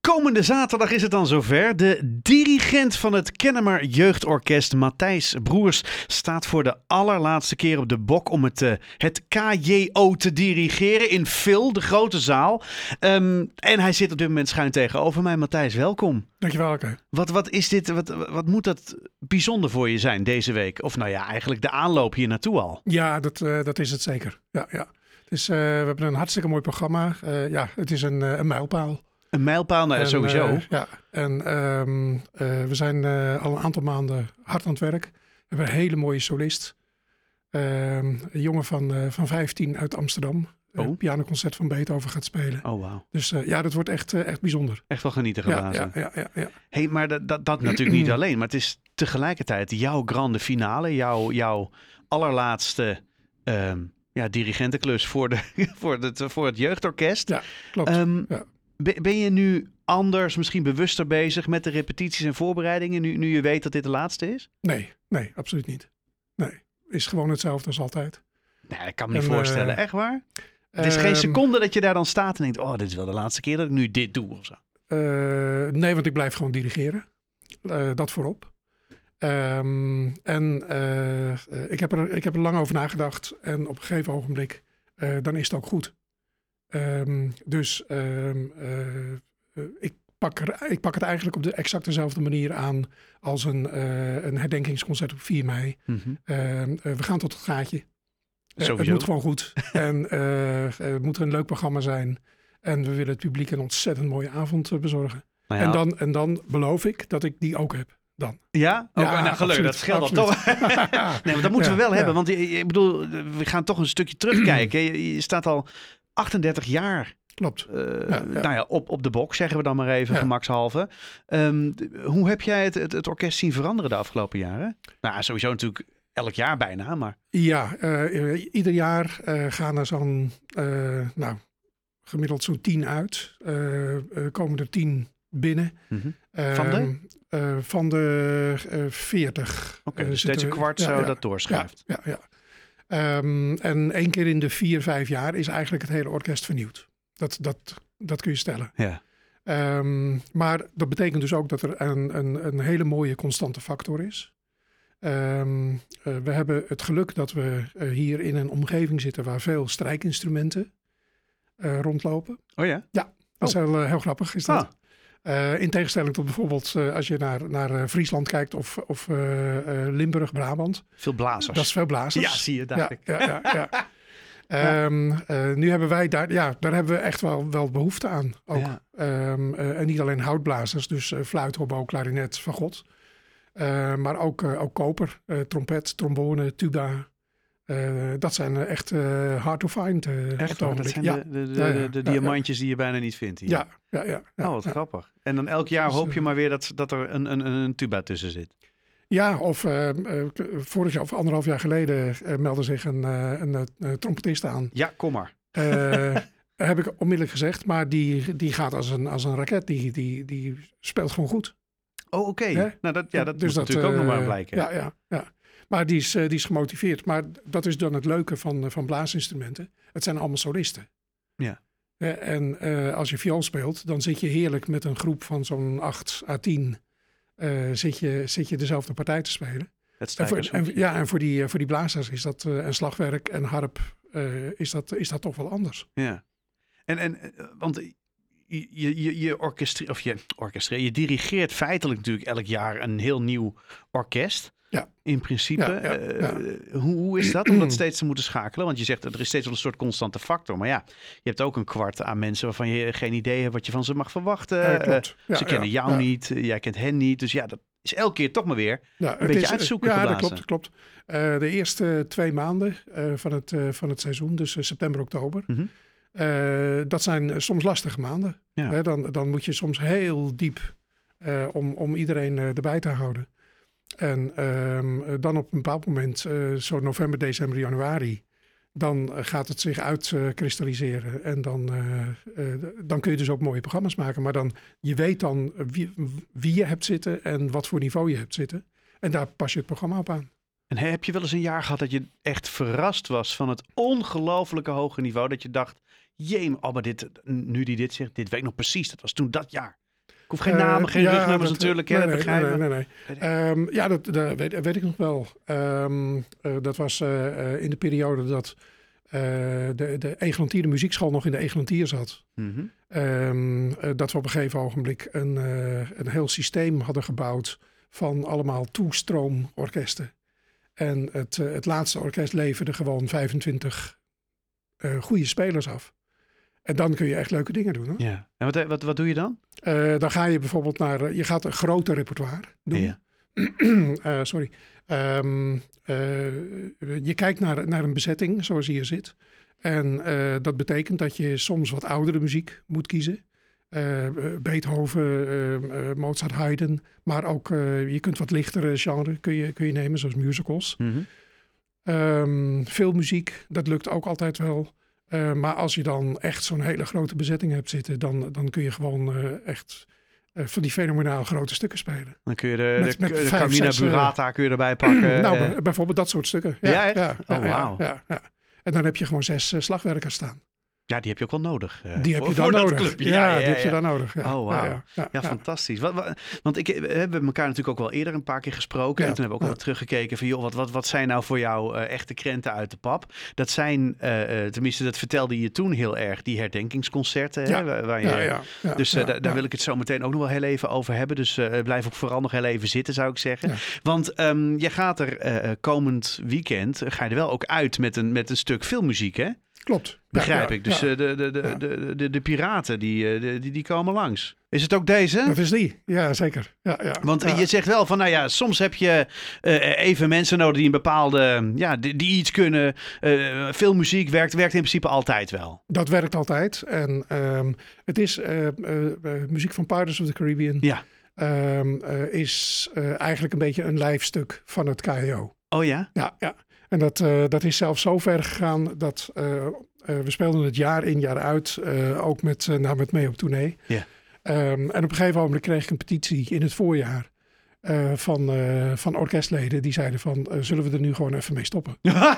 Komende zaterdag is het dan zover. De dirigent van het Kennemer Jeugdorkest, Matthijs Broers, staat voor de allerlaatste keer op de bok om het KJO te dirigeren in Phil, de grote zaal. En hij zit op dit moment schuin tegenover mij. Matthijs, welkom. Dankjewel, Elke. Wat is dit? Wat moet dat bijzonder voor je zijn deze week? Of nou ja, eigenlijk de aanloop hier naartoe al. Ja, dat is het zeker. Ja. Dus, we hebben een hartstikke mooi programma. Het is een mijlpaal. Een mijlpaal, nou, sowieso. We zijn al een aantal maanden hard aan het werk. We hebben een hele mooie solist. Een jongen van 15 uit Amsterdam. Pianoconcert van Beethoven gaat spelen. Oh, wauw. Dus dat wordt echt bijzonder. Echt wel genieten geblazen. Ja. Hey, maar dat natuurlijk niet alleen. Maar het is tegelijkertijd jouw grande finale. Jouw allerlaatste dirigentenklus voor het jeugdorkest. Ja, klopt. Ben je nu anders, misschien bewuster bezig met de repetities en voorbereidingen, nu je weet dat dit de laatste is? Nee, absoluut niet. Nee, is gewoon hetzelfde als altijd. Nee, ik kan me niet voorstellen. Echt waar? Het is geen seconde dat je daar dan staat en denkt, dit is wel de laatste keer dat ik nu dit doe of zo. Nee, want ik blijf gewoon dirigeren. Dat voorop. Ik heb er lang over nagedacht en op een gegeven ogenblik, dan is het ook goed. Ik pak het eigenlijk op de exact dezelfde manier aan als een herdenkingsconcert op 4 mei. Mm-hmm. We gaan tot het gaatje. Het moet gewoon goed. En het moet een leuk programma zijn. En we willen het publiek een ontzettend mooie avond bezorgen. Nou ja. En dan beloof ik dat ik die ook heb. Dan. Ja? Gelukkig. Dat scheelt al toch. Nee, maar dat moeten we wel hebben. Want ik bedoel, we gaan toch een stukje terugkijken. Je staat al 38 jaar. Klopt. Op de bok, zeggen we dan maar even, gemakshalve. Hoe heb jij het orkest zien veranderen de afgelopen jaren? Nou, sowieso natuurlijk elk jaar bijna, maar... Ja, ieder jaar gaan er zo'n, gemiddeld zo'n 10 uit. Komen er 10 binnen. Mm-hmm. Van de 40. Oké, dus steeds een kwart dat doorschuift. Ja. En 1 keer in de 4-5 jaar is eigenlijk het hele orkest vernieuwd. Dat kun je stellen. Ja. Maar dat betekent dus ook dat er een hele mooie constante factor is. We hebben het geluk dat we hier in een omgeving zitten waar veel strijkinstrumenten rondlopen. Oh ja? Ja, dat is heel grappig is dat. In tegenstelling tot bijvoorbeeld als je naar Friesland kijkt of Limburg, Brabant. Veel blazers. Dat is veel blazers. Ja, zie je, dacht ik. Ja. Nu hebben wij daar hebben we echt wel behoefte aan. Ook. Ja. En niet alleen houtblazers, dus fluit, hobo, klarinet, fagot. Maar ook koper, trompet, trombone, tuba. Dat zijn echt hard to find. Echt hoor, dat zijn de diamantjes die je bijna niet vindt hier. Ja. Wat grappig. En dan elk jaar hoop je maar weer dat er een tuba tussen zit. Ja, of vorig jaar of 1,5 jaar geleden meldde zich een trompetist aan. Ja, kom maar. Heb ik onmiddellijk gezegd, maar die gaat als een raket. Die speelt gewoon goed. Oh, oké. Nou, dat dus moet natuurlijk ook nog maar blijken. Ja. Maar die is gemotiveerd. Maar dat is dan het leuke van blaasinstrumenten. Het zijn allemaal solisten. Ja. En als je viool speelt, dan zit je heerlijk met een groep van zo'n 8 à 10... zit je dezelfde partij te spelen. En voor die blazers is dat en slagwerk en harp is dat toch wel anders. Ja. Want je dirigeert feitelijk natuurlijk elk jaar een heel nieuw orkest. Ja. In principe. Hoe is dat om dat steeds te moeten schakelen? Want je zegt er is steeds wel een soort constante factor. Maar ja, je hebt ook een kwart aan mensen waarvan je geen idee hebt wat je van ze mag verwachten. Klopt. Ze kennen jou niet, jij kent hen niet. Dus ja, dat is elke keer toch maar weer een beetje uitzoeken. Ja, dat klopt. De eerste 2 maanden van het seizoen, dus september, oktober. Mm-hmm. Dat zijn soms lastige maanden. Ja. Dan moet je soms heel diep om iedereen erbij te houden. En dan op een bepaald moment, zo november, december, januari, dan gaat het zich uitkristalliseren. En dan kun je dus ook mooie programma's maken. Maar je weet dan wie je hebt zitten en wat voor niveau je hebt zitten. En daar pas je het programma op aan. En heb je wel eens een jaar gehad dat je echt verrast was van het ongelofelijke hoge niveau? Dat je dacht, maar nu die dit zegt, dit weet ik nog precies. Dat was toen dat jaar. Ik hoef geen namen, geen rugnummers natuurlijk. Nee, begrijpen. nee. Dat weet ik nog wel. Dat was in de periode dat de Eglantier Muziekschool nog in de Eglantier zat. Mm-hmm. Dat we op een gegeven ogenblik een heel systeem hadden gebouwd van allemaal toestroomorkesten. En het laatste orkest leverde gewoon 25 goede spelers af. En dan kun je echt leuke dingen doen. Hoor. Ja. En wat doe je dan? Dan ga je bijvoorbeeld je gaat een groter repertoire doen. Ja. Sorry. Je kijkt naar een bezetting zoals hier zit. En dat betekent dat je soms wat oudere muziek moet kiezen. Beethoven, Mozart, Haydn. Maar ook je kunt wat lichtere genre kun je nemen, zoals musicals. Mm-hmm. Veel muziek, dat lukt ook altijd wel. Maar als je dan echt zo'n hele grote bezetting hebt zitten, dan kun je gewoon echt van die fenomenaal grote stukken spelen. Dan kun je de vijf, Carmina zes, Burrata kun je erbij pakken. Bijvoorbeeld dat soort stukken. Ja, wauw. Ja. En dan heb je gewoon 6 slagwerkers staan. Ja, die heb je ook wel nodig. Die heb je dan nodig. Die heb je dan nodig. Ja. Oh, wauw. Ja, fantastisch. Want we hebben elkaar natuurlijk ook wel eerder een paar keer gesproken. Ja. En toen hebben we ook wel teruggekeken van, joh, wat zijn nou voor jou echte krenten uit de pap? Dat zijn, tenminste, dat vertelde je toen heel erg, die herdenkingsconcerten. Dus daar wil ik het zo meteen ook nog wel heel even over hebben. Dus blijf ook vooral nog heel even zitten, zou ik zeggen. Ja. Want je gaat er komend weekend, ga je er wel ook uit met een stuk filmmuziek, hè? Klopt. Begrijp ik. Dus de piraten, die komen langs. Is het ook deze? Dat is die, ja zeker. Ja. Want je zegt wel van, soms heb je even mensen nodig die een bepaalde, die iets kunnen. Veel muziek werkt in principe altijd wel. Dat werkt altijd. En het is muziek van Pirates of the Caribbean. Ja. Is eigenlijk een beetje een lijfstuk van het KEO. Oh ja? Ja. En dat is zelfs zo ver gegaan dat we speelden het jaar in jaar uit, ook met mee op tournee. Ja. En op een gegeven moment kreeg ik een petitie in het voorjaar van orkestleden die zeiden van, zullen we er nu gewoon even mee stoppen?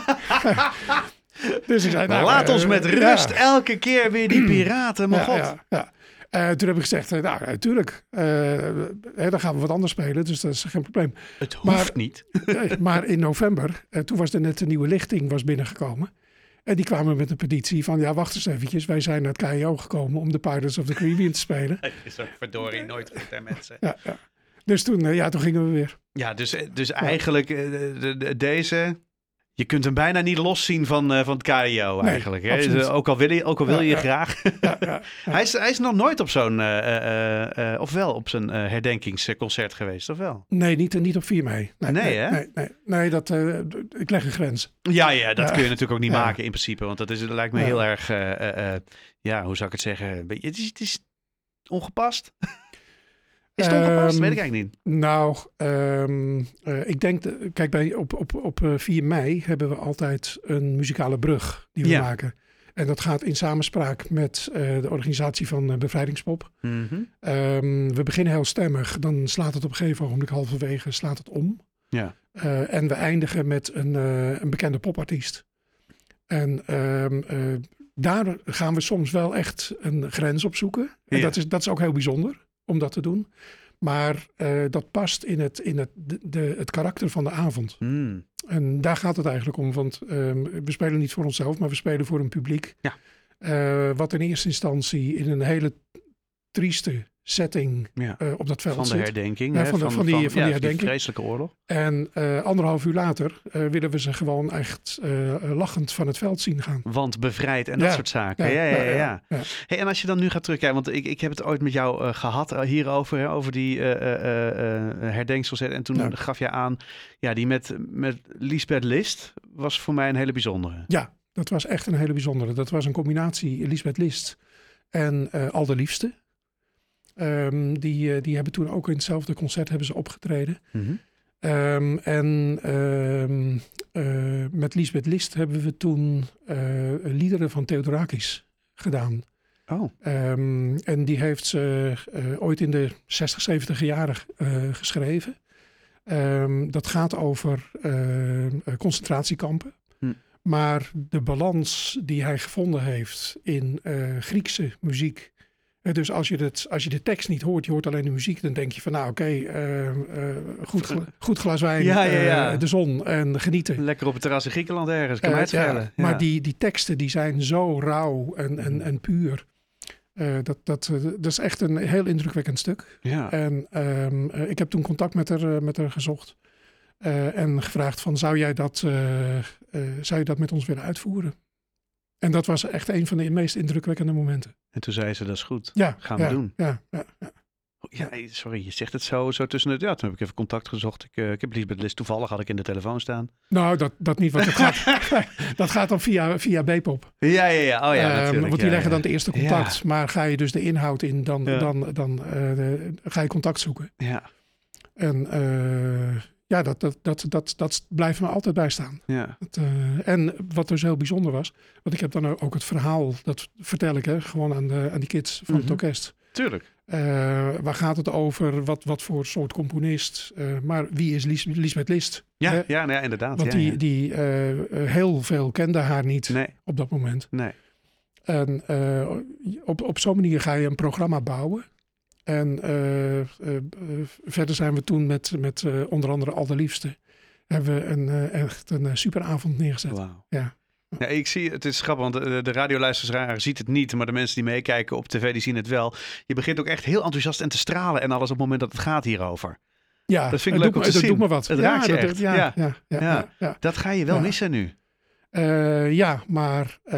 Dus ik zei, laat ons met rust elke keer weer die piraten, mijn god. Ja. Toen heb ik gezegd, natuurlijk, dan gaan we wat anders spelen, dus dat is geen probleem. Het hoeft niet. Maar in november, toen was er net een nieuwe lichting was binnengekomen. En die kwamen met een petitie van, wacht eens eventjes, wij zijn naar het KEO gekomen om de Pirates of the Caribbean te spelen. Dat is ook verdorie nooit goed, hè mensen. Ja. Dus toen gingen we weer. Ja, dus eigenlijk deze... Je kunt hem bijna niet loszien van het KEO eigenlijk. Nee, hè? Dus, ook al wil je graag. Ja. Hij is nog nooit op zo'n, of wel op zijn herdenkingsconcert geweest, of wel? Nee, niet op 4 mei. Nee, Nee, ik leg een grens. Ja, dat kun je natuurlijk ook niet maken in principe. Want dat lijkt me heel erg, hoe zou ik het zeggen? Het is ongepast. Is het ongepast? Weet ik eigenlijk niet. Nou, ik denk... Kijk, op 4 mei hebben we altijd een muzikale brug die we maken. En dat gaat in samenspraak met de organisatie van Bevrijdingspop. Mm-hmm. We beginnen heel stemmig. Dan slaat het op een gegeven ogenblik halverwege slaat het om. Ja. En we eindigen met een bekende popartiest. En daar gaan we soms wel echt een grens op zoeken. En dat is ook heel bijzonder om dat te doen. Maar dat past in het karakter van de avond. Mm. En daar gaat het eigenlijk om. Want we spelen niet voor onszelf, maar we spelen voor een publiek. Ja. Wat in eerste instantie in een hele trieste setting op dat veld zit. Van de herdenking. Van die herdenking. Die vreselijke oorlog. En 1,5 uur later willen we ze gewoon echt lachend van het veld zien gaan. Want bevrijd en dat soort zaken. Ja. Hey, en als je dan nu gaat terugkijken, want ik heb het ooit met jou gehad hierover, over die herdenkingsconcert. En toen gaf je aan, die met Lisbeth List was voor mij een hele bijzondere. Ja, dat was echt een hele bijzondere. Dat was een combinatie Lisbeth List en Al de Liefste. Die hebben toen ook in hetzelfde concert hebben ze opgetreden. Mm-hmm. Met Lisbeth List hebben we toen liederen van Theodorakis gedaan. Oh. En die heeft ze ooit in de 60, 70 jaren geschreven. Dat gaat over concentratiekampen. Maar de balans die hij gevonden heeft in Griekse muziek Dus als je de tekst niet hoort, je hoort alleen de muziek, dan denk je van nou oké, goed glas wijn, de zon en genieten. Lekker op het terras in Griekenland ergens, kan mij het schelen. Maar die teksten die zijn zo rauw en puur. Dat is echt een heel indrukwekkend stuk. Ja. En ik heb toen contact met haar gezocht. En gevraagd van zou je dat met ons willen uitvoeren? En dat was echt een van de meest indrukwekkende momenten. En toen zei ze, dat is goed. Ja, gaan we doen. Ja. Ja, sorry, je zegt het zo tussen het... Ja, toen heb ik even contact gezocht. Ik heb Liesbeth List toevallig had ik in de telefoon staan. Nou, dat niet, want dat gaat dan via B-pop. Ja. Oh ja, natuurlijk. Want die leggen dan het eerste contact. Ja. Maar ga je dus de inhoud in, dan ga je contact zoeken. Ja. En dat blijft me altijd bijstaan. Ja. En wat dus heel bijzonder was, want ik heb dan ook het verhaal, dat vertel ik gewoon aan die kids van het orkest. Tuurlijk. Waar gaat het over? Wat voor soort componist? Maar wie is Liesbeth List? Ja, inderdaad. Want die heel veel kende haar niet op dat moment. Nee. En op zo'n manier ga je een programma bouwen. En verder zijn we toen met onder andere Al de Liefste. Hebben we echt een superavond neergezet. Wauw. Ja. Ja, ik zie, het is grappig, want de radioluisteraar ziet het niet, maar de mensen die meekijken op tv, die zien het wel. Je begint ook echt heel enthousiast en te stralen en alles op het moment dat het gaat hierover. Ja, dat vind ik leuk om te zien. Dat doet me wat. Het raakt je echt. Ja. Dat ga je wel missen nu. Maar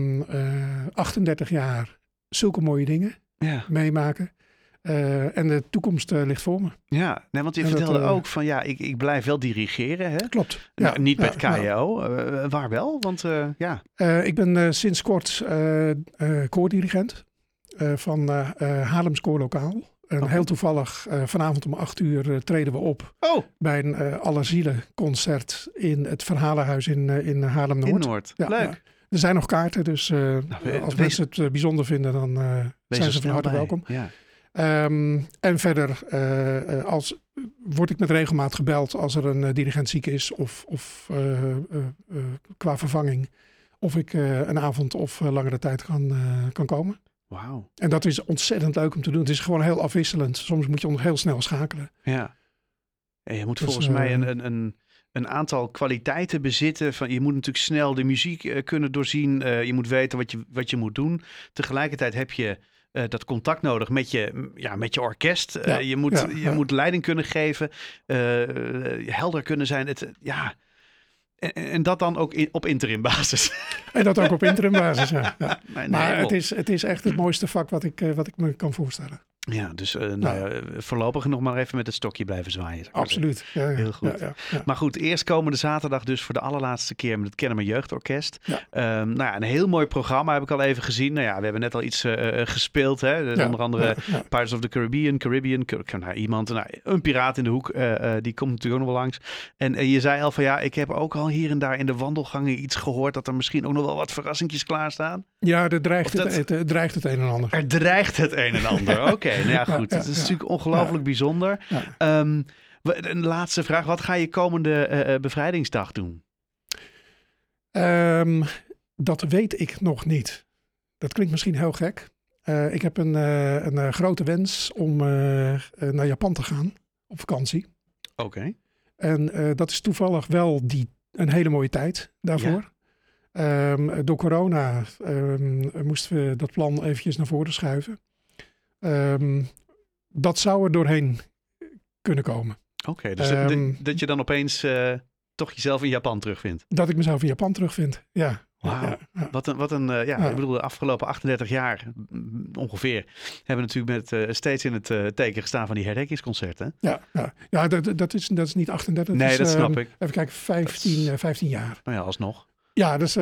38 jaar zulke mooie dingen meemaken. En de toekomst ligt voor me. Ja, want je vertelde ook van ik blijf wel dirigeren. Hè? Klopt. Nou, niet met KJO. Waar wel? Want ik ben sinds kort koordirigent van Haarlems Koorlokaal. En heel toevallig vanavond om 8:00 treden we op bij een Allerzielen-concert in het Verhalenhuis in Haarlem-Noord. In Noord, leuk. Ja. Er zijn nog kaarten, dus als mensen het bijzonder vinden, dan zijn ze van harte welkom. Ja. En verder word ik met regelmaat gebeld als er een dirigent ziek is of qua vervanging. Of ik een avond of langere tijd kan komen. Wauw. En dat is ontzettend leuk om te doen. Het is gewoon heel afwisselend. Soms moet je heel snel schakelen. Ja. En je moet volgens mij een aantal kwaliteiten bezitten. Je moet natuurlijk snel de muziek kunnen doorzien. Je moet weten wat je moet doen. Tegelijkertijd heb je dat contact nodig met je orkest. Je moet leiding kunnen geven. Helder kunnen zijn. En dat dan ook op interim basis. En dat ook op interim basis, ja. Maar het het is echt het mooiste vak wat ik me kan voorstellen. Ja, dus voorlopig nog maar even met het stokje blijven zwaaien. Absoluut. Ja, heel goed. Ja. Maar goed, eerst komende zaterdag dus voor de allerlaatste keer met het Kennemer Jeugdorkest. Ja. Een heel mooi programma heb ik al even gezien. Nou ja, we hebben net al iets gespeeld. Hè? Onder andere Pirates of the Caribbean. Een piraat in de hoek. Die komt natuurlijk ook nog wel langs. En je zei al van ik heb ook al hier en daar in de wandelgangen iets gehoord dat er misschien ook nog wel wat verrassingjes klaarstaan. Ja, er dreigt het een en ander. Er dreigt het een en ander, oké. Nou ja, goed. Het is natuurlijk ongelooflijk bijzonder. Ja. Een laatste vraag. Wat ga je komende bevrijdingsdag doen? Dat weet ik nog niet. Dat klinkt misschien heel gek. Ik heb een grote wens om naar Japan te gaan op vakantie. Oké. En dat is toevallig wel een hele mooie tijd daarvoor. Ja. Door corona moesten we dat plan eventjes naar voren schuiven. Dat zou er doorheen kunnen komen. Oké, dus dat je dan opeens toch jezelf in Japan terugvindt? Dat ik mezelf in Japan terugvind, ja. Wauw, ik bedoel, de afgelopen 38 jaar ongeveer hebben we natuurlijk steeds in het teken gestaan van die herdenkingsconcerten. Ja, dat is niet 38. Nee, dat snap ik. Even kijken, 15 jaar. Nou ja, alsnog. Ja, dat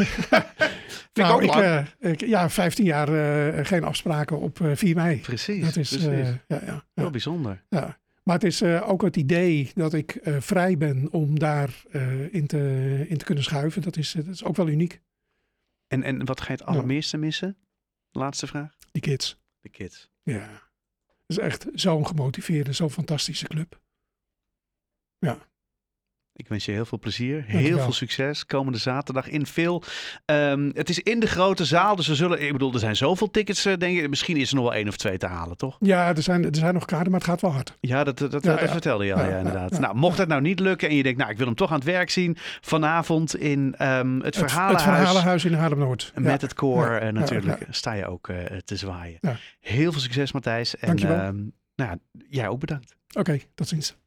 15 jaar geen afspraken op 4 mei. Precies. Dat is heel bijzonder. Ja. Maar het is ook het idee dat ik vrij ben om daar in te kunnen schuiven. Dat is ook wel uniek. En wat ga je het allermeeste missen? Laatste vraag. Die kids. De kids. Ja. Het is echt zo'n gemotiveerde, zo'n fantastische club. Ja. Ik wens je heel veel plezier. Dankjewel. Heel veel succes. Komende zaterdag in Veel. Het is in de grote zaal. Dus ik bedoel, er zijn zoveel tickets, denk ik. Misschien is er nog wel 1 of 2 te halen, toch? Ja, er zijn nog kaarten, maar het gaat wel hard. Ja, dat vertelde je al, inderdaad. Ja. Nou, mocht het nou niet lukken en je denkt, ik wil hem toch aan het werk zien. Vanavond in het Verhalenhuis. Het Verhalenhuis in Haarlem-Noord. Met het koor natuurlijk ja. sta je ook te zwaaien. Ja. Heel veel succes, Matthijs. En Dankjewel. jij ook bedankt. Oké, tot ziens.